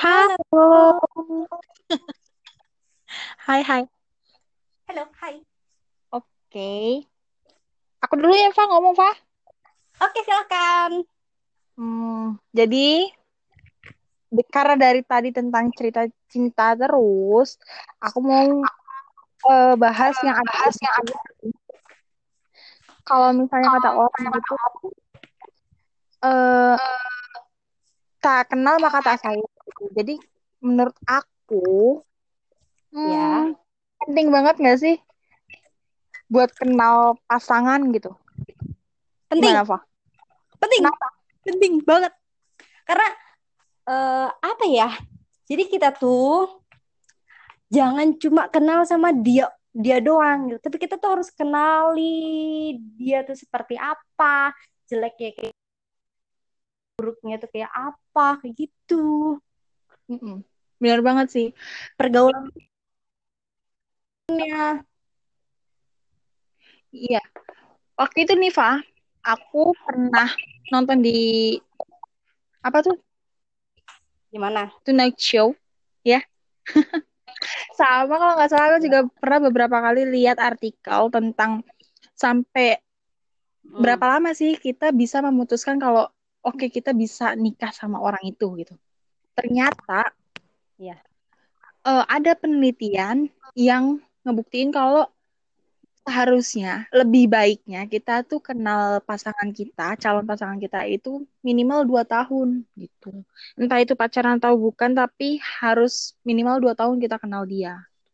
Halo. Halo. Hai, hai. Halo, hai. Oke. Aku dulu ya, Fa, ngomong, Fa. Oke, silakan. Jadi, karena dari tadi tentang cerita cinta terus, aku mau bahas yang agak lebih serius. Kalau misalnya kata orang gitu, eh, tak kenal maka tak sayang. Jadi, menurut aku, Ya, hmm, penting banget nggak sih buat kenal pasangan gitu? penting, Gimana, Fa? penting, Kenapa? penting banget. Karena apa ya? Jadi kita tuh jangan cuma kenal sama dia dia doang gitu, tapi kita tuh harus kenali dia tuh seperti apa, jeleknya kayak buruknya tuh kayak apa, kayak gitu. Mm-mm. Benar banget sih. Pergaulannya. Iya. Waktu itu nih, Fa, aku pernah nonton di apa tuh Gimana? Tonight Show, ya. Sama kalau nggak salah aku juga pernah beberapa kali lihat artikel tentang sampai Hmm, berapa lama sih kita bisa memutuskan kalau oke kita bisa nikah sama orang itu gitu. Ternyata ya. ada penelitian yang ngebuktiin kalau seharusnya lebih baiknya kita tuh kenal pasangan kita, calon pasangan kita itu minimal 2 tahun gitu. Entah itu pacaran atau bukan, tapi harus minimal 2 tahun kita kenal dia.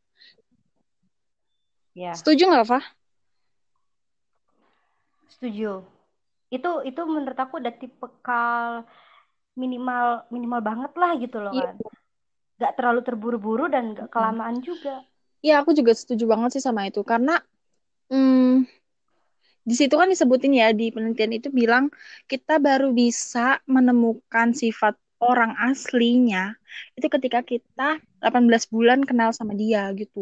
Ya, Setuju nggak, Fah? setuju. Itu menurut aku udah tipikal minimal minimal banget lah gitu loh Iya. kan. Gak terlalu terburu-buru dan gak Mm. kelamaan juga. Iya, aku juga setuju banget sih sama itu. Karena hmm, di situ kan disebutin ya, di penelitian itu bilang kita baru bisa menemukan sifat orang aslinya itu ketika kita 18 bulan kenal sama dia gitu.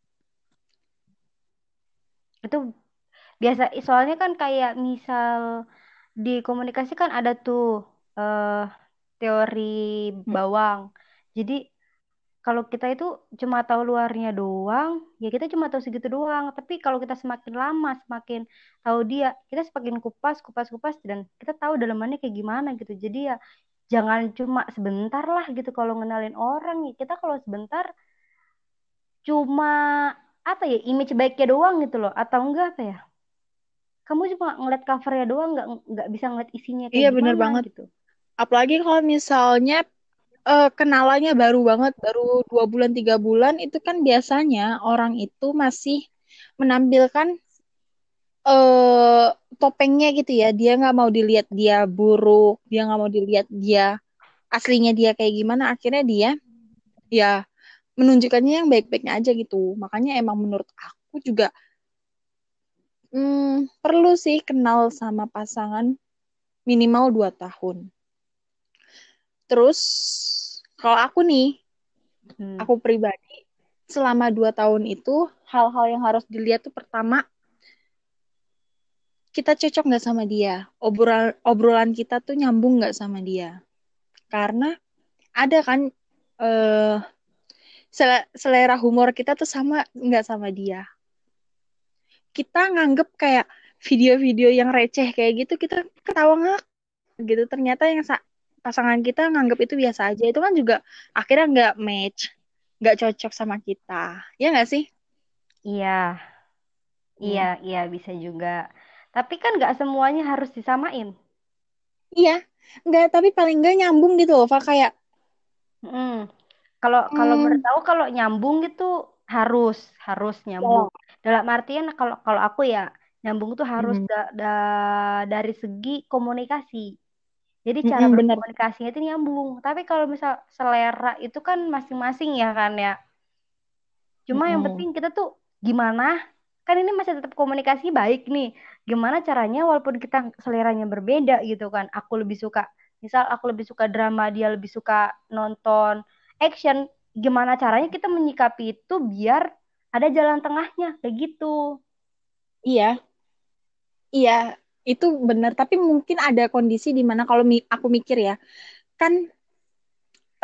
Itu biasa, soalnya kan kayak misal di komunikasi kan ada tuh eh, teori bawang. Jadi kalau kita itu cuma tahu luarnya doang, ya kita cuma tahu segitu doang. Tapi kalau kita semakin lama, semakin tahu dia, kita semakin kupas, kupas, kupas, dan kita tahu dalamannya kayak gimana gitu. Jadi ya jangan cuma sebentar lah gitu kalau ngenalin orang. Ya kita kalau sebentar cuma apa ya, image baiknya doang gitu loh. Atau enggak apa ya? Kamu cuma ngeliat covernya doang, nggak bisa ngeliat isinya Iya kayak bener gimana banget. gitu. Apalagi kalau misalnya kenalannya baru banget, baru 2 bulan 3 bulan, itu kan biasanya orang itu masih menampilkan eh topengnya gitu ya. Dia nggak mau dilihat dia buruk, dia nggak mau dilihat dia aslinya dia kayak gimana. Akhirnya dia ya menunjukkannya yang baik-baiknya aja gitu. Makanya emang menurut aku juga perlu sih kenal sama pasangan minimal 2 tahun. Terus kalau aku nih, Hmm. aku pribadi selama 2 tahun itu hal-hal yang harus dilihat tuh pertama kita cocok nggak sama dia, obrolan kita tuh nyambung nggak sama dia. Karena ada kan eh selera humor kita tuh sama nggak sama dia. Kita nganggep kayak video-video yang receh kayak gitu kita ketawa ngak gitu. Ternyata yang pasangan kita nganggep itu biasa aja. Itu kan juga akhirnya nggak match, nggak cocok sama kita. Ya nggak sih? Iya, iya, Hmm. iya bisa juga. Tapi kan nggak semuanya harus disamain. Iya, nggak, tapi paling nggak nyambung gitu loh, Fa. Kayak, Mm. Kalau kalau menurut hmm, aku kalau nyambung gitu harus harus nyambung. ya, Dalam artian kalau kalau aku ya nyambung tuh harus hmm, dari segi komunikasi. Jadi cara bener. berkomunikasinya itu nyambung. Tapi kalau misal selera itu kan masing-masing ya kan ya. Cuma yang Mm-mm. penting kita tuh gimana, kan ini masih tetap komunikasi baik nih. Gimana caranya walaupun kita seleranya berbeda gitu kan. Aku lebih suka, misal aku lebih suka drama, dia lebih suka nonton action. Gimana caranya kita menyikapi itu biar ada jalan tengahnya kayak gitu. Iya, iya, itu bener. Tapi mungkin ada kondisi di mana kalau aku mikir ya, kan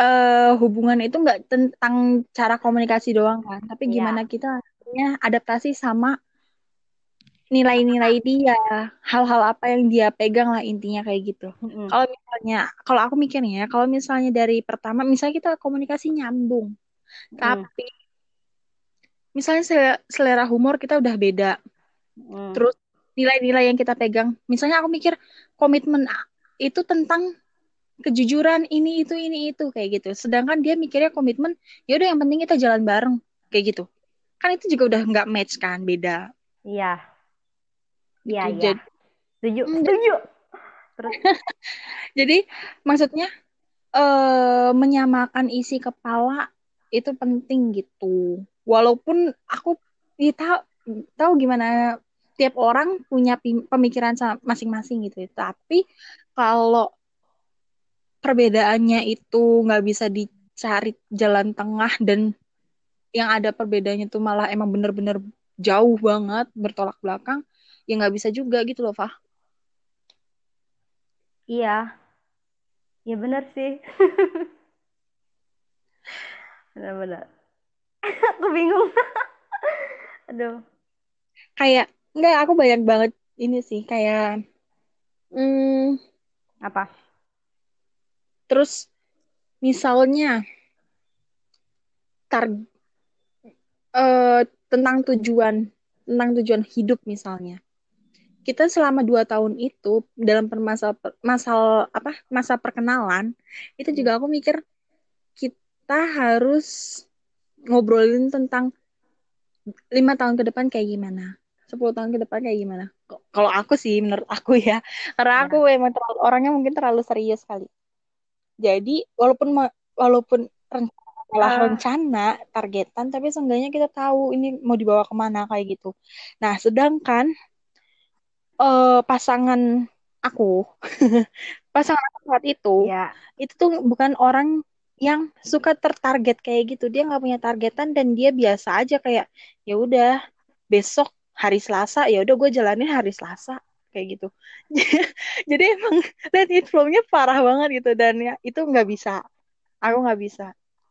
hubungan itu nggak tentang cara komunikasi doang kan, tapi gimana Iya. kita akhirnya adaptasi sama nilai-nilai dia, hal-hal apa yang dia pegang lah intinya kayak gitu. Mm-mm. Kalau misalnya, kalau aku mikirnya ya, kalau misalnya dari pertama, misalnya kita komunikasi nyambung, Mm-mm. tapi misalnya selera humor kita udah beda, Mm-mm. terus nilai-nilai yang kita pegang, misalnya aku mikir komitmen itu tentang kejujuran ini itu kayak gitu. Sedangkan dia mikirnya komitmen, ya udah yang penting kita jalan bareng kayak gitu. Kan itu juga udah nggak match kan, beda Iya, iya, gitu. iya. Jadi, Setuju, mm, setuju. Terus, jadi maksudnya menyamakan isi kepala itu penting gitu. Walaupun aku tahu tahu gimana tiap orang punya pemikiran masing-masing gitu ya. Tapi kalau perbedaannya itu nggak bisa dicari jalan tengah dan yang ada perbedaannya itu malah emang bener-bener jauh banget bertolak belakang, ya nggak bisa juga gitu loh, Fah. iya, iya benar sih. Benar-benar. Aku bingung. Aduh, Kayak nggak, aku banyak banget ini sih kayak hmm, apa? terus misalnya tar eh, tentang tujuan hidup misalnya. Kita selama 2 tahun itu dalam masa perkenalan itu Hmm. juga aku mikir kita harus ngobrolin tentang 5 tahun ke depan kayak gimana, 10 tahun ke depan kayak gimana. Kalau aku sih menurut aku ya, karena aku Ya. emang orangnya mungkin terlalu serius kali. Jadi walaupun rencana adalah Eh, rencana targetan, tapi seenggaknya kita tahu ini mau dibawa kemana kayak gitu. Nah, sedangkan pasangan aku, pasangan aku saat ya. itu tuh bukan orang yang suka tertarget kayak gitu. Dia nggak punya targetan dan dia biasa aja kayak ya udah besok hari Selasa ya udah gue jalanin hari Selasa kayak gitu. Jadi emang let it flow-nya parah banget gitu dan ya itu nggak bisa. Aku nggak bisa.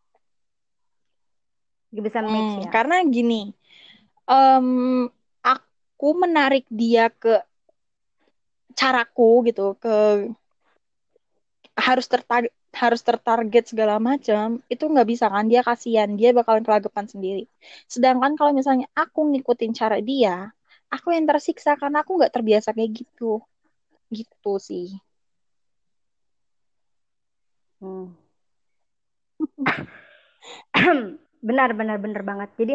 Gak bisa match ya. Karena gini, em, aku menarik dia ke caraku gitu, ke harus tertarget segala macam, itu nggak bisa kan, dia kasihan, dia bakalan kelagapan sendiri. Sedangkan kalau misalnya aku ngikutin cara dia, aku yang tersiksa karena aku nggak terbiasa kayak gitu, gitu sih. Hmm. Benar, benar, benar banget. Jadi,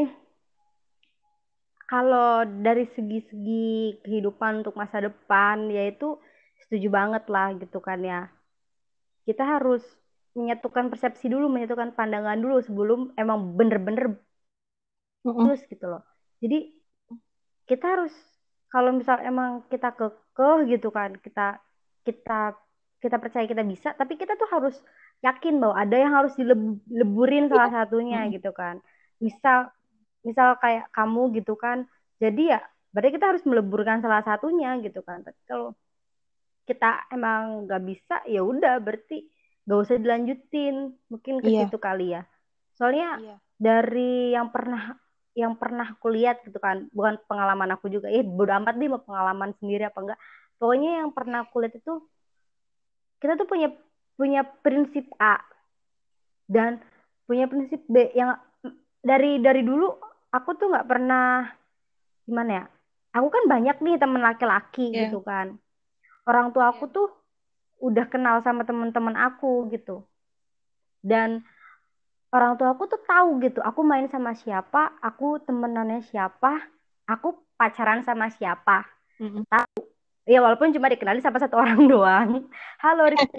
kalau dari segi-segi kehidupan untuk masa depan, yaitu setuju banget lah gitu kan ya. Kita harus menyatukan persepsi dulu, menyatukan pandangan dulu sebelum emang bener-bener Mm-mm. terus gitu loh. Jadi kita harus, kalau misal emang kita kekeh gitu kan, kita kita percaya kita bisa, tapi kita tuh harus yakin bahwa ada yang harus dileburin Iya. salah satunya Mm-mm. gitu kan. Misal misal kayak kamu gitu kan, jadi ya berarti kita harus meleburkan salah satunya gitu kan. Tapi kalau kita emang nggak bisa, ya udah berarti nggak usah dilanjutin, mungkin ke Iya. situ kali ya. Soalnya Iya. dari yang pernah aku lihat gitu kan, bukan pengalaman aku juga, bodo amat deh mau pengalaman sendiri apa enggak, pokoknya yang pernah aku lihat itu, kita tuh punya punya prinsip A dan punya prinsip B yang dari dulu aku tuh nggak pernah, gimana ya, aku kan banyak nih temen laki-laki gitu Iya. kan, orang tua aku Iya. tuh udah kenal sama teman-teman aku gitu, dan orang tua aku tuh tahu gitu aku main sama siapa, aku temenannya siapa, aku pacaran sama siapa. Mm-mm. Ya walaupun cuma dikenali sama satu orang doang. Halo Rizky.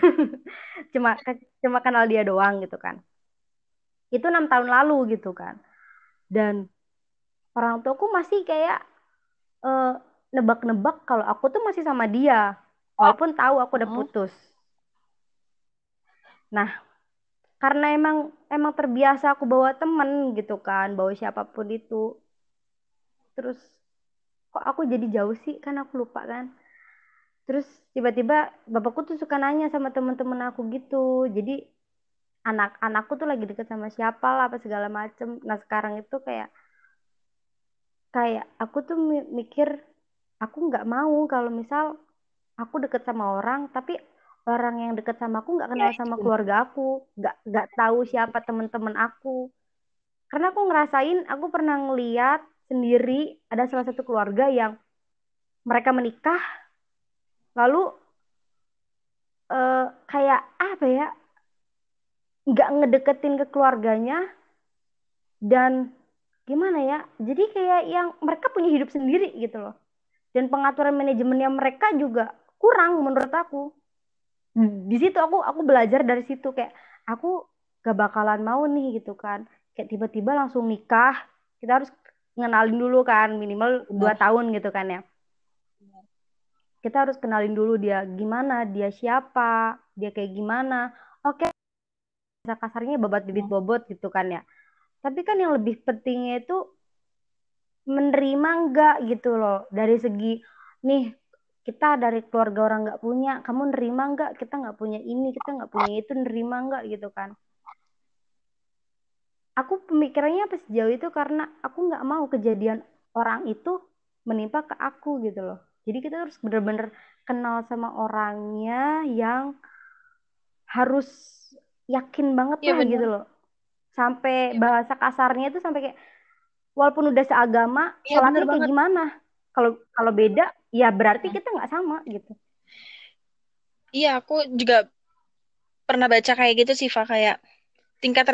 Cuma kenal dia doang gitu kan. Itu 6 tahun lalu gitu kan. Dan orang tuaku masih kayak eh, nebak-nebak kalau aku tuh masih sama dia. Walaupun tahu aku udah Mm-mm. putus. Nah, karena emang terbiasa aku bawa temen gitu kan, bawa siapapun itu. Terus kok aku jadi jauh sih? Kan aku lupa kan. Terus tiba-tiba bapakku tuh suka nanya sama temen-temen aku gitu. Jadi anak-anakku tuh lagi deket sama siapa lah apa segala macem. Nah sekarang itu kayak kayak aku tuh mikir aku nggak mau kalau misal aku deket sama orang tapi orang yang deket sama aku nggak Ya, kenal itu sama benar. keluarga aku, nggak tahu siapa teman-teman aku. Karena aku ngerasain, aku pernah ngeliat sendiri ada salah satu keluarga yang mereka menikah lalu kayak apa ya, nggak ngedeketin ke keluarganya dan gimana ya, jadi kayak yang mereka punya hidup sendiri gitu loh, dan pengaturan manajemennya mereka juga kurang menurut aku. Di situ aku belajar dari situ kayak aku gak bakalan mau nih gitu kan, kayak tiba-tiba langsung nikah, kita harus ngenalin dulu kan minimal 2 Benar. tahun gitu kan ya, kita harus kenalin dulu dia gimana, dia siapa, dia kayak gimana. Oke, kasarnya babat bibit Benar. bobot gitu kan ya, tapi kan yang lebih pentingnya itu menerima enggak gitu loh, dari segi nih kita dari keluarga orang nggak punya, kamu nerima nggak kita nggak punya ini, kita nggak punya itu, nerima nggak gitu kan. Aku pemikirannya pas sejauh itu karena aku nggak mau kejadian orang itu menimpa ke aku gitu loh. Jadi kita harus bener-bener kenal sama orangnya yang harus yakin banget Iya lah gitu benar. loh. Sampai bahasa kasarnya itu sampai kayak walaupun udah seagama, Iya benar sholatnya kayak banget. gimana? Kalau kalau beda, ya berarti kita nggak sama gitu. Iya, aku juga pernah baca kayak gitu sih, Fa, kayak tingkat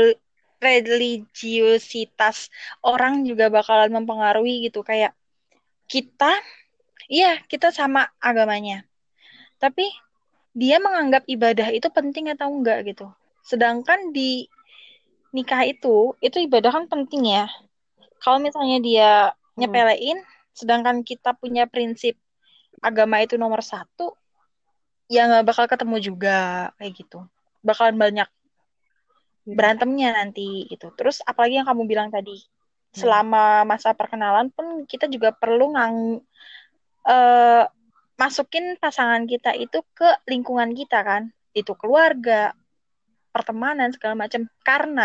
religiusitas orang juga bakalan mempengaruhi gitu. Kayak kita, iya kita sama agamanya, tapi dia menganggap ibadah itu penting atau enggak gitu. Sedangkan di nikah itu ibadah kan penting ya. Kalau misalnya dia Hmm. nyepelein, sedangkan kita punya prinsip agama itu nomor satu, ya nggak bakal ketemu juga kayak gitu. Bakalan banyak Iya, berantemnya nanti gitu. Terus apalagi yang kamu bilang tadi, iya. selama masa perkenalan pun kita juga perlu eh, masukin pasangan kita itu ke lingkungan kita kan, itu keluarga, pertemanan segala macam. Karena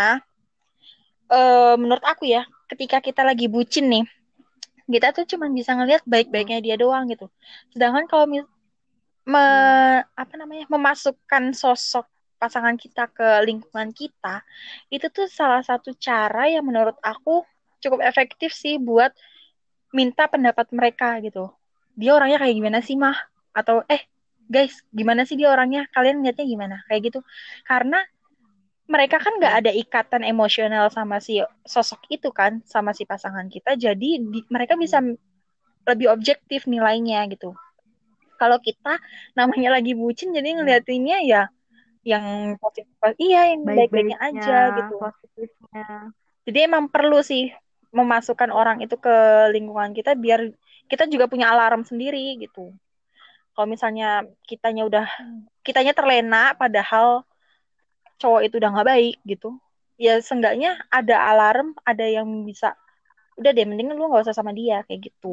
menurut aku ya, ketika kita lagi bucin nih, kita tuh cuma bisa ngelihat Hmm. baik-baiknya dia doang gitu. Sedangkan kalau Iya, apa namanya memasukkan sosok pasangan kita ke lingkungan kita, itu tuh salah satu cara yang menurut aku cukup efektif sih buat minta pendapat mereka gitu. Dia orangnya kayak gimana sih mah? Atau guys, gimana sih dia orangnya? Kalian lihatnya gimana? Kayak gitu. Karena mereka kan nggak iya. ada ikatan emosional sama si sosok itu kan, sama si pasangan kita. Jadi mereka bisa Iya. lebih objektif nilainya gitu. Kalau kita namanya lagi bucin, jadi Iya. ngeliatinnya ya yang positif, iya yang baik-baiknya Baik-baiknya, aja gitu. positifnya. Jadi emang perlu sih memasukkan orang itu ke lingkungan kita biar kita juga punya alarm sendiri gitu. Kalau misalnya kitanya udah Hmm. kitanya terlena padahal cowok itu udah nggak baik gitu, ya seenggaknya ada alarm, ada yang bisa udah deh mending lu nggak usah sama dia kayak gitu.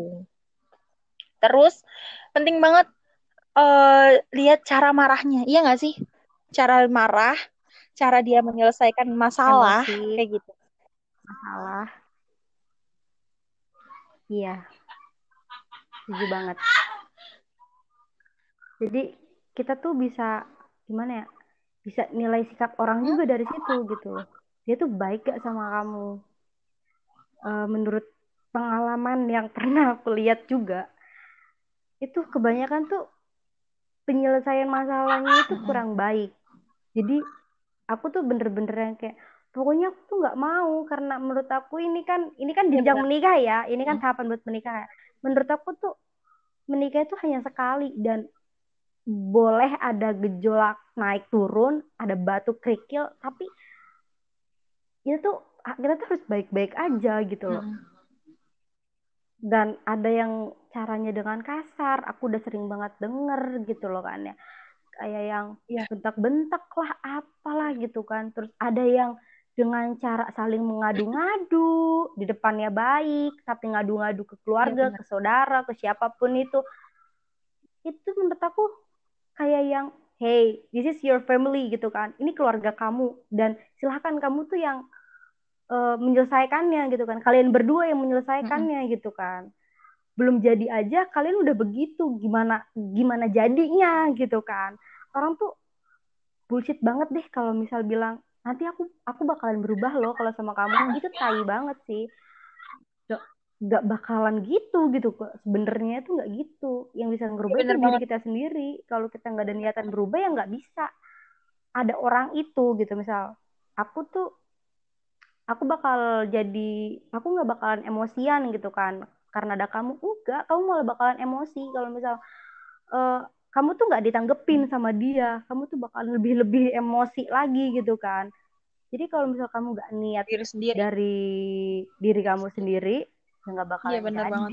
Terus penting banget lihat cara marahnya, iya nggak sih? Cara marah, cara dia menyelesaikan masalah Emosi, kayak gitu. masalah. Iya, setuju banget. Jadi kita tuh bisa gimana ya? Bisa nilai sikap orang Hmm? juga dari situ gitu loh. Dia tuh baik gak sama kamu? Menurut pengalaman yang pernah aku lihat juga, itu kebanyakan tuh penyelesaian masalahnya itu Mm-mm. kurang baik. Jadi aku tuh bener-bener yang kayak pokoknya aku tuh nggak mau karena menurut aku ini kan Iya jenjang benar. menikah ya, ini kan Mm. tahapan buat menikah ya. Menurut aku tuh menikah itu hanya sekali dan boleh ada gejolak naik turun, ada batu kerikil, tapi itu tuh kita tuh harus baik-baik aja gitu loh. Mm-mm. Dan ada yang caranya dengan kasar, aku udah sering banget denger gitu loh kan ya. Kayak yang Iya, bentak-bentak lah apalah gitu kan. Terus ada yang dengan cara saling mengadu-ngadu, di depannya baik tapi ngadu-ngadu ke iya keluarga, benar. ke saudara, ke siapapun itu menurut aku kayak yang hey, this is your family gitu kan, ini keluarga kamu, dan silahkan kamu tuh yang menyelesaikannya gitu kan, kalian berdua yang Mm-mm. menyelesaikannya gitu kan, belum jadi aja kalian udah begitu, gimana gimana jadinya gitu kan. Orang tuh bullshit banget deh kalau misal bilang nanti aku bakalan berubah loh kalau sama kamu, itu tai banget sih. Gak bakalan gitu kok, sebenarnya itu nggak gitu. Yang bisa Iya ngerubah itu bener diri banget. kita sendiri. Kalau kita nggak ada niatan berubah ya nggak bisa ada orang itu gitu. Misal aku tuh aku bakal jadi, aku nggak bakalan emosian gitu kan karena ada kamu, enggak, kamu malah bakalan emosi kalau misal eh, kamu tuh nggak ditanggepin sama dia, kamu tuh bakalan lebih lebih emosi lagi gitu kan. Jadi kalau misal kamu nggak niat Diri sendiri. dari diri kamu sendiri, ya nggak Iya bakalan bener banget. jadi.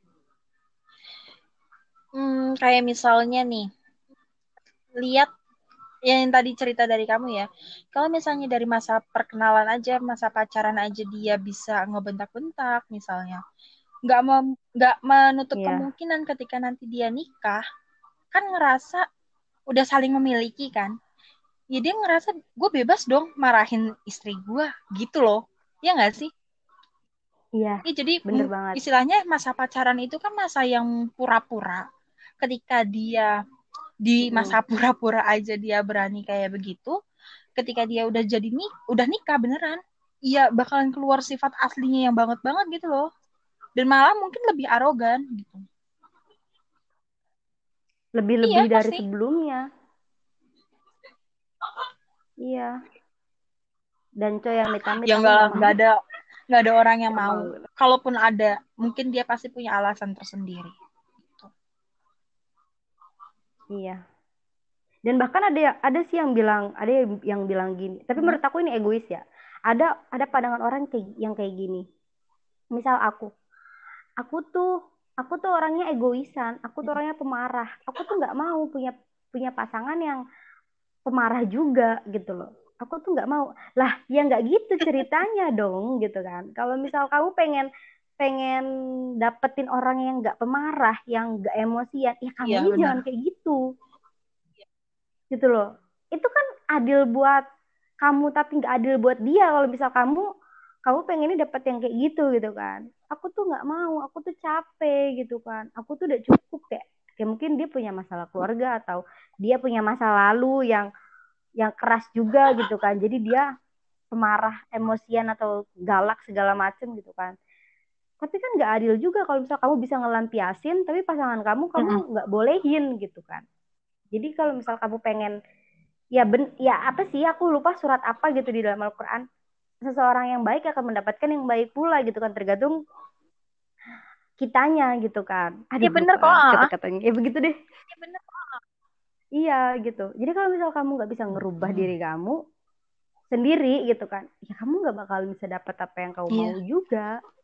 Kayak misalnya nih, lihat yang tadi cerita dari kamu ya. Kalau misalnya dari masa perkenalan aja, masa pacaran aja dia bisa ngebentak-bentak misalnya. Nggak menutup Iya, kemungkinan ketika nanti dia nikah, kan ngerasa udah saling memiliki kan. Ya dia ngerasa gue bebas dong marahin istri gue gitu loh. Ya nggak sih? iya, Ya jadi bener banget. istilahnya masa pacaran itu kan masa yang pura-pura. Ketika dia di masa Mm-mm. pura-pura aja dia berani kayak begitu, ketika dia udah jadi udah nikah beneran, iya bakalan keluar sifat aslinya yang banget banget gitu loh. Dan malah mungkin lebih arogan gitu. Iya Lebih-lebih dari pasti. sebelumnya. Iya. Dan coy yang amit-amit Ya aku nggak mau. nggak ada orang yang Nggak mau. mau. Kalaupun ada, mungkin dia pasti punya alasan tersendiri. Iya. Dan bahkan ada sih yang bilang, ada yang bilang gini. Tapi Hmm? menurut aku ini egois ya. Ada pandangan orang yang kayak gini. Misal aku tuh orangnya egoisan, aku tuh orangnya pemarah. Aku tuh nggak mau punya punya pasangan yang pemarah juga gitu loh. Aku tuh nggak mau. Lah, ya nggak gitu ceritanya dong gitu kan. Kalau misal kamu pengen pengen dapetin orang yang nggak pemarah, yang nggak emosian, ya Iya kamunya benar. jangan kayak gitu gitu loh. Itu kan adil buat kamu tapi nggak adil buat dia kalau misal kamu pengennya dapet yang kayak gitu kan. Aku tuh nggak mau, aku tuh capek gitu kan. Aku tuh udah cukup kayak mungkin dia punya masalah keluarga atau dia punya masa lalu yang keras juga gitu kan. Jadi dia pemarah, emosian atau galak segala macem gitu kan. Tapi kan nggak adil juga kalau misal kamu bisa ngelampiasin, tapi pasangan kamu Mm-mm. nggak bolehin gitu kan. Jadi kalau misal kamu pengen, ya apa sih, aku lupa surat apa gitu di dalam Al-Quran, seseorang yang baik akan mendapatkan yang baik pula gitu kan, tergantung kitanya gitu kan. Iya Aduh benar lupa kok. kata-katanya, ya begitu deh. Iya gitu. Jadi kalau misal kamu nggak bisa ngerubah diri kamu sendiri gitu kan, ya kamu nggak bakal bisa dapat apa yang kamu mau Iya. juga.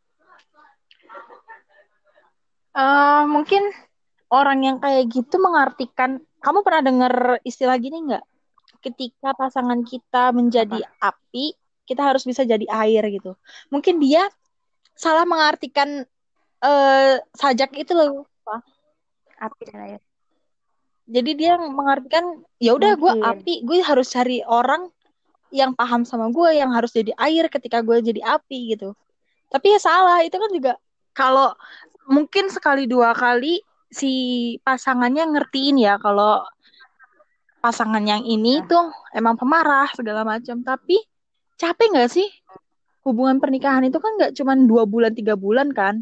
Mungkin orang yang kayak gitu mengartikan, kamu pernah dengar istilah gini nggak? Ketika pasangan kita menjadi Apa? api, kita harus bisa jadi air gitu. Mungkin dia salah mengartikan sajak itu loh, Pak. Api dan air. Jadi dia mengartikan ya udah gue Mungkin. api, gue harus cari orang yang paham sama gue, yang harus jadi air ketika gue jadi api gitu. Tapi ya salah, itu kan juga kalau mungkin sekali dua kali si pasangannya ngertiin ya kalau pasangan yang ini Ya. tuh emang pemarah segala macam. Tapi capek nggak sih? Hubungan pernikahan itu kan nggak cuma 2 bulan 3 bulan kan?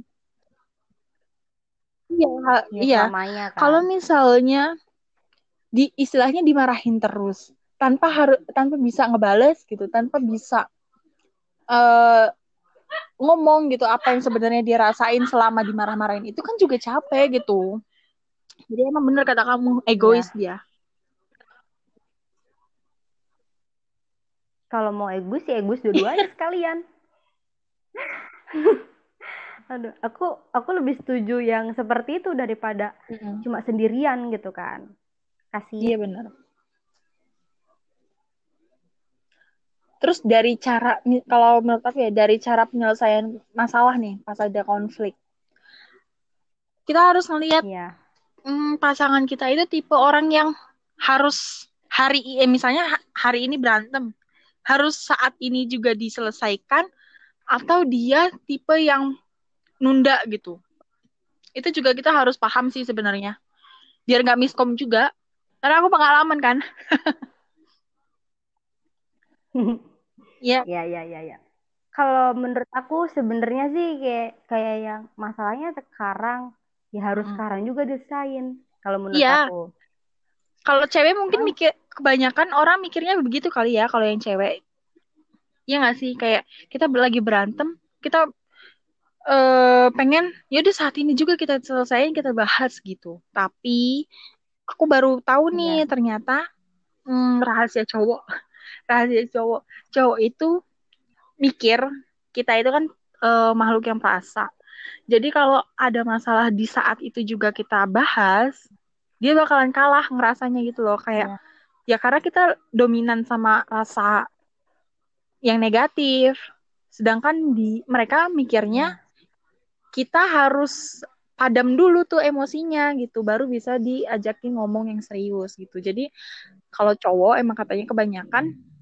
Iya, Ya iya. selamanya Kalau kan. misalnya istilahnya dimarahin terus tanpa bisa ngebales gitu, tanpa bisa eh, ngomong gitu apa yang sebenarnya dia rasain selama dimarah-marahin itu kan juga capek gitu. Jadi emang bener kata kamu, egois Iya. dia. Kalau mau egois ya egois dua-duanya sekalian. Aduh, aku lebih setuju yang seperti itu daripada Mm-mm. cuma sendirian gitu kan. Iya Kasihan. bener. Terus dari cara, kalau menurut aku ya, dari cara penyelesaian masalah nih, pas ada konflik. Kita harus ngelihat Iya, pasangan kita itu tipe orang yang harus misalnya hari ini berantem, harus saat ini juga diselesaikan, atau dia tipe yang nunda gitu. Itu juga kita harus paham sih sebenarnya. Biar nggak miskom juga. Karena aku pengalaman kan. Ya. Ya, ya, ya, ya. Kalau menurut aku sebenarnya sih kayak kayak yang masalahnya sekarang ya harus Mm-mm. sekarang juga diselesain. Kalau menurut Iya, aku. kalau cewek mungkin Soalnya, mikir, kebanyakan orang mikirnya begitu kali ya kalau yang cewek. Iya nggak sih? Kayak kita lagi berantem, kita pengen ya udah saat ini juga kita selesaiin, kita bahas gitu. Tapi aku baru tahu nih ya, ternyata rahasia cowok. Rahasia cowok. Cowok itu mikir kita itu kan makhluk yang perasa. Jadi kalau ada masalah di saat itu juga kita bahas, dia bakalan kalah ngerasanya gitu loh. Kayak ya, ya karena kita dominan sama rasa yang negatif. Sedangkan di mereka mikirnya ya. kita harus padam dulu tuh emosinya gitu, baru bisa diajakin ngomong yang serius gitu. Jadi kalau cowok emang katanya kebanyakan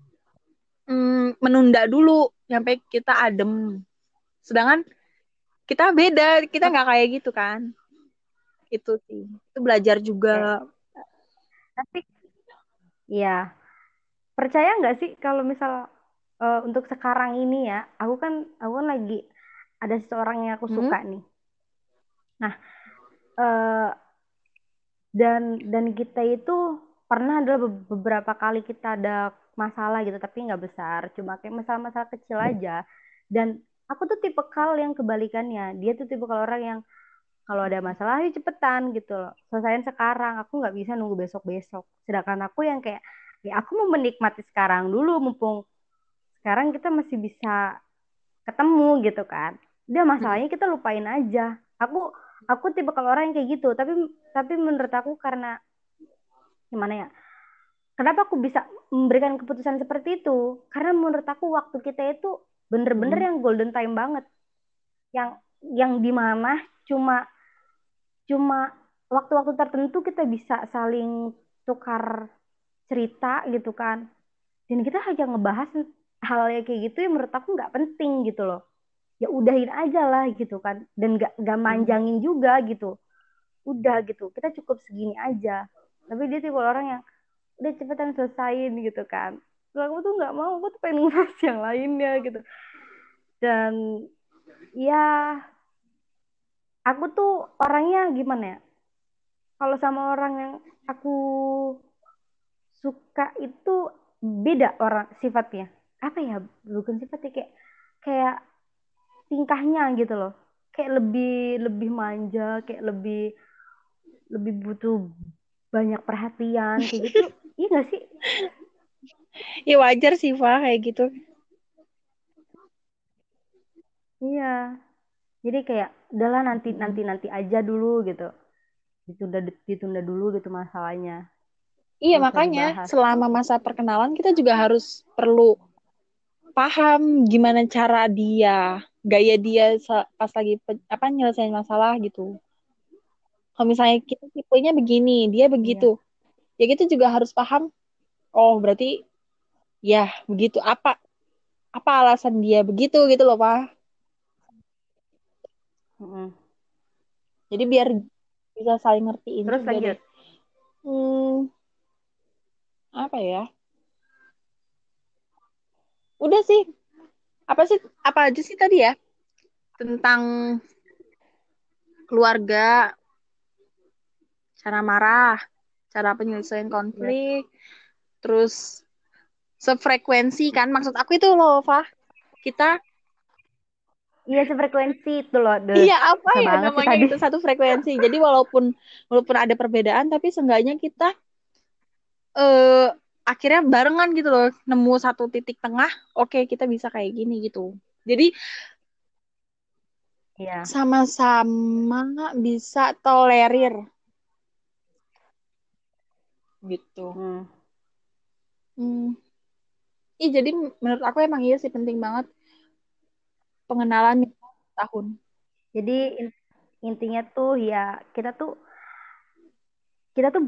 menunda dulu sampai kita adem. Sedangkan kita beda, kita nggak kayak gitu kan. Itu sih. Itu belajar juga. Oke. Tapi ya, percaya nggak sih kalau misal untuk sekarang ini ya, aku kan lagi ada seseorang yang aku Hmm? suka nih. Nah, eh, dan kita itu pernah ada beberapa kali kita ada masalah gitu, tapi nggak besar, cuma kayak masalah-masalah kecil aja. Dan aku tuh tipe kal yang kebalikannya. Dia tuh tipe kal orang yang kalau ada masalah ayo cepetan gitu loh. Selesaiin sekarang. Aku nggak bisa nunggu besok-besok. Sedangkan aku yang kayak ya aku mau menikmati sekarang dulu mumpung sekarang kita masih bisa ketemu gitu kan. Udah Mm-mm. masalahnya kita lupain aja. Aku tipe kalau orang yang kayak gitu, tapi menurut aku karena gimana ya? Kenapa aku bisa memberikan keputusan seperti itu? Karena menurut aku waktu kita itu bener-bener Mm-mm. yang golden time banget. Yang di mana cuma cuma waktu-waktu tertentu kita bisa saling tukar cerita gitu kan. Dan kita hanya ngebahas hal yang kayak gitu yang menurut aku nggak penting gitu loh. Ya udahin aja lah gitu kan. Dan nggak Mm-mm. manjangin juga gitu. Udah gitu. Kita cukup segini aja. Tapi dia tipe orang yang udah cepetan selesain gitu kan. Terus aku tuh nggak mau, aku tuh pengen ngulas yang lainnya gitu. Dan ya aku tuh orangnya gimana ya? Kalau sama orang yang aku suka itu beda orang sifatnya. Apa ya? Bukan sifatnya kayak kayak tingkahnya gitu loh. Kayak lebih lebih manja, kayak lebih lebih butuh banyak perhatian kayak gitu. Iya gak sih? Ya wajar sih, Fa, kayak gitu. Iya. Jadi kayak udahlah nanti nanti Mm-mm. nanti aja dulu gitu. Ditunda ditunda dulu gitu masalahnya. Iya, Gak usah makanya dibahas. selama masa perkenalan kita juga harus perlu paham gimana cara dia, gaya dia pas lagi nyelesain masalah gitu. Kalau misalnya kita tipenya begini, dia begitu, Iya. ya kita juga harus paham. Oh, berarti ya begitu. Apa apa alasan dia begitu gitu loh, Pak. Mm-mm. Jadi biar bisa saling ngertiin Terus juga deh. lanjut. Hmm, apa ya? Udah sih. Apa sih? Apa aja sih tadi ya? Tentang keluarga, cara marah, cara penyelesaian Iya. konflik, terus sefrekuensi kan? Maksud aku itu loh, Fah. Kita, Iya sefrekuensi itu loh. Deh. iya apa Susah ya banget sih namanya tadi. itu satu frekuensi. Jadi walaupun walaupun ada perbedaan, tapi seenggaknya kita eh akhirnya barengan gitu loh, nemu satu titik tengah. Oke, kita bisa kayak gini gitu. Jadi Iya. sama-sama bisa tolerir gitu. Hmm. Hmm. Ih, jadi menurut aku emang iya sih penting banget pengenalan tahun. Jadi intinya tuh ya kita tuh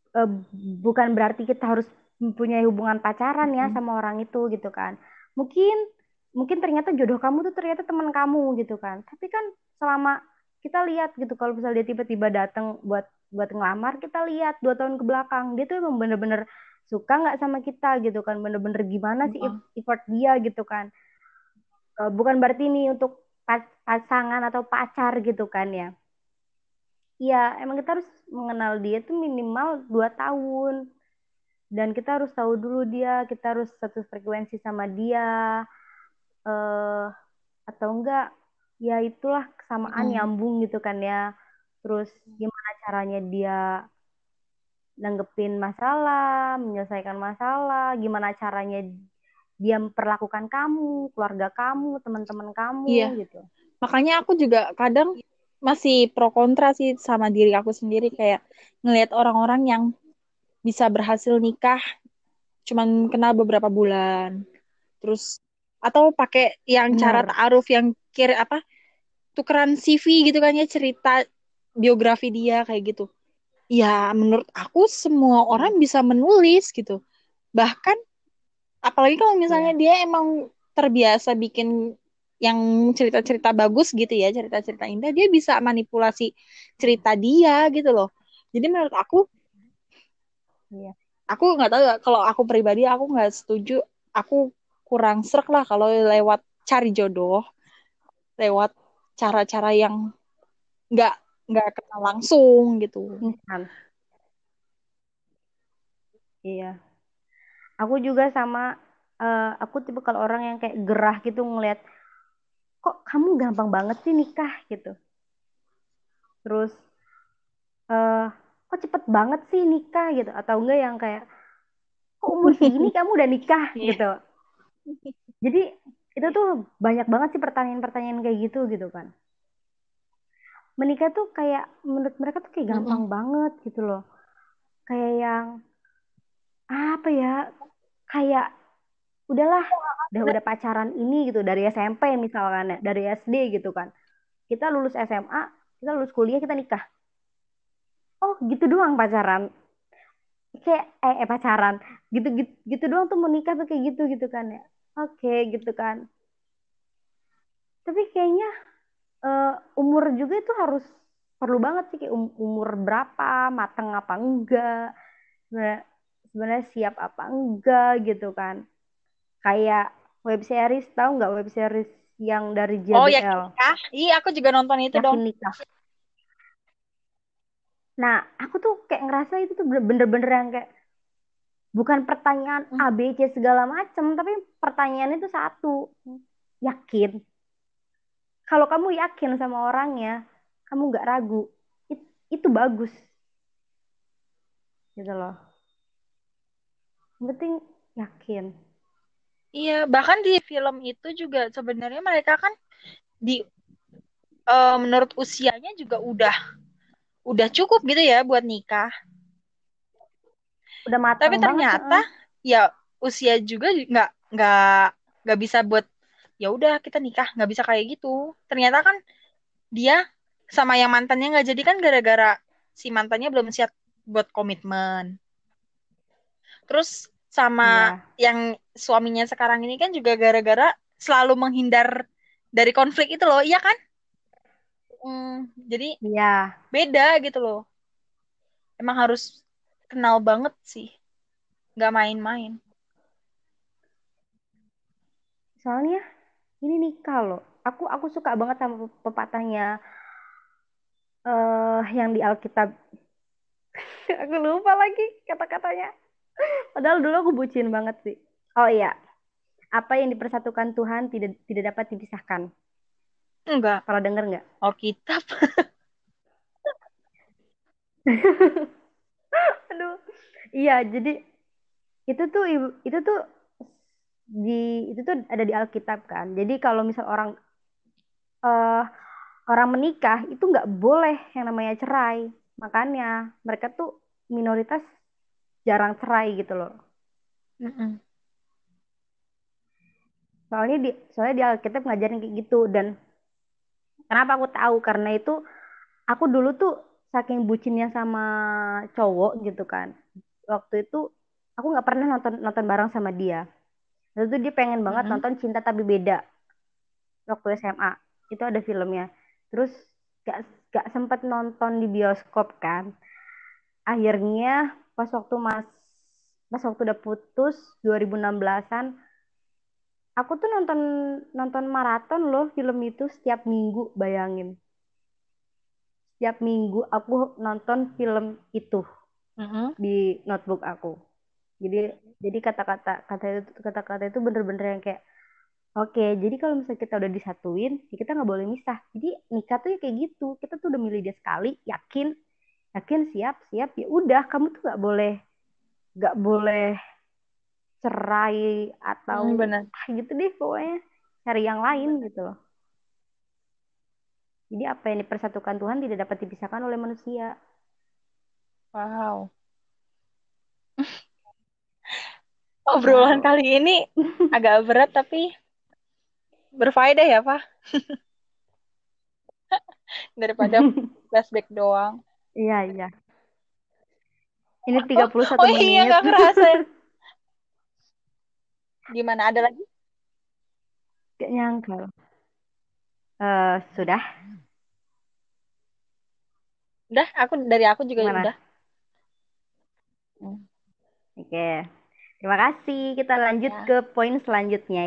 eh, bukan berarti kita harus mempunyai hubungan pacaran ya Mm-mm. sama orang itu gitu kan. Mungkin mungkin ternyata jodoh kamu tuh ternyata teman kamu gitu kan. Tapi kan selama kita lihat gitu kalau misalnya dia tiba-tiba datang buat buat ngelamar, kita lihat 2 tahun ke belakang dia tuh emang bener-bener suka nggak sama kita gitu kan, bener-bener gimana sih Heeh. effort dia gitu kan. Bukan berarti ini untuk pasangan atau pacar gitu kan ya. Iya, emang kita harus mengenal dia tuh minimal 2 tahun. Dan kita harus tahu dulu dia, kita harus satu frekuensi sama dia, eh atau enggak, ya itulah kesamaan Mm-mm. nyambung gitu kan ya. Terus gimana caranya dia nanggepin masalah, menyelesaikan masalah, gimana caranya dia memperlakukan kamu, keluarga kamu, teman-teman kamu Iya, gitu. makanya aku juga kadang masih pro kontra sih sama diri aku sendiri kayak ngelihat orang-orang yang bisa berhasil nikah cuman kenal beberapa bulan. Terus atau pakai yang cara Bener. ta'aruf yang kira apa tukeran CV gitu kan ya cerita biografi dia kayak gitu. Ya, menurut aku semua orang Iya. bisa menulis gitu. Bahkan apalagi kalau misalnya Iya. dia emang terbiasa bikin yang cerita-cerita bagus gitu ya, cerita-cerita indah, dia bisa manipulasi cerita dia gitu loh. Jadi menurut Iya. aku nggak tahu ya, kalau aku pribadi aku nggak setuju, aku kurang srek lah kalau lewat cari jodoh, lewat cara-cara yang nggak nggak kenal langsung gitu. Instan. Iya. Aku juga sama, aku tipe kalau orang yang kayak gerah gitu ngelihat kok kamu gampang banget sih nikah gitu. Terus eh kok cepet banget sih nikah gitu, atau enggak yang kayak kok umur segini kamu udah nikah Iya. gitu. Jadi itu tuh banyak banget sih pertanyaan-pertanyaan kayak gitu gitu kan. Menikah tuh kayak menurut mereka tuh kayak gampang Mm-mm. banget gitu loh. Kayak yang apa ya? Kayak udahlah, udah pacaran ini gitu dari SMP misalkan ya, dari SD gitu kan. Kita lulus SMA, kita lulus kuliah, kita nikah. Oh, gitu doang pacaran. Kayak pacaran. Gitu, gitu gitu doang tuh menikah tuh kayak gitu gitu kan ya. Oke, gitu kan. Tapi kayaknya eh, umur juga itu harus perlu banget sih kayak umur berapa, mateng apa enggak, sebenarnya sebenarnya siap apa enggak gitu kan. Kayak web series, tahu nggak web series yang dari Oh, yakin JBL, nikah? Iya, aku juga nonton itu dong. Yakin Nikah. Nah, aku tuh kayak ngerasa itu tuh bener-bener yang kayak bukan pertanyaan Mm. A, B, C segala macem, tapi pertanyaannya itu satu, yakin. Kalau kamu yakin sama orangnya, kamu nggak ragu, itu bagus, gitu loh. Yang penting yakin. Iya, bahkan di film itu juga sebenarnya mereka kan di menurut usianya juga udah cukup gitu ya buat nikah. Udah Tapi mateng banget, ternyata heeh. ya usia juga nggak bisa buat ya udah kita nikah nggak bisa kayak gitu. Ternyata kan dia sama yang mantannya nggak jadi kan gara-gara si mantannya belum siap buat komitmen. Terus sama Iya, yang suaminya sekarang ini kan juga gara-gara selalu menghindar dari konflik itu loh, iya kan? Jadi iya. beda gitu loh. Emang harus kenal banget sih, nggak main-main. Soalnya ini nikah loh. Aku suka banget sama pepatahnya yang di Alkitab. Aku lupa lagi kata-katanya. Padahal dulu aku bucin banget sih. Oh iya, apa yang dipersatukan Tuhan tidak tidak dapat dipisahkan. Enggak. Kalau denger nggak? Oh, kitab. Aduh. Iya, jadi itu tuh di itu tuh ada di Alkitab kan. Jadi kalau misal eh, orang menikah itu nggak boleh yang namanya cerai. Makanya mereka tuh minoritas jarang cerai gitu loh. Mm-mm. Soalnya di Alkitab ngajarin kayak gitu, dan kenapa aku tahu karena itu aku dulu tuh saking bucinnya sama cowok gitu kan. waktu itu aku nggak pernah nonton nonton bareng sama dia. Lalu tuh dia pengen banget Mm-mm. nonton Cinta Tapi Beda waktu SMA. Itu ada filmnya. Terus gak, gak sempet nonton di bioskop kan. Akhirnya pas waktu mas pas waktu udah putus 2016-an, aku tuh nonton nonton maraton loh film itu setiap minggu, bayangin. Setiap minggu aku nonton film itu Mm-mm. di notebook aku. Jadi jadi kata-kata itu bener-bener yang kayak oke, jadi kalau misalnya kita udah disatuin, ya kita nggak boleh misah. Jadi nikah tuh ya kayak gitu. Kita tuh udah milih dia sekali, yakin, yakin, siap, siap. Ya udah, kamu tuh nggak boleh cerai atau Benar. gitu deh pokoknya. Cari yang lain gitu loh. Jadi apa yang dipersatukan Tuhan tidak dapat dipisahkan oleh manusia. Wow. Obrolan Wow. kali ini agak berat tapi berfaedah ya, Pak. Daripada flashback doang. Iya, iya. Ini Oh, 31 oh iya menit. nggak kerasa. Gimana? Ada lagi? Gak nyangka. Sudah? Udah, dari aku juga Gimana? udah. Hmm. Oke. Terima kasih. Kita lanjut Ya. ke poin selanjutnya.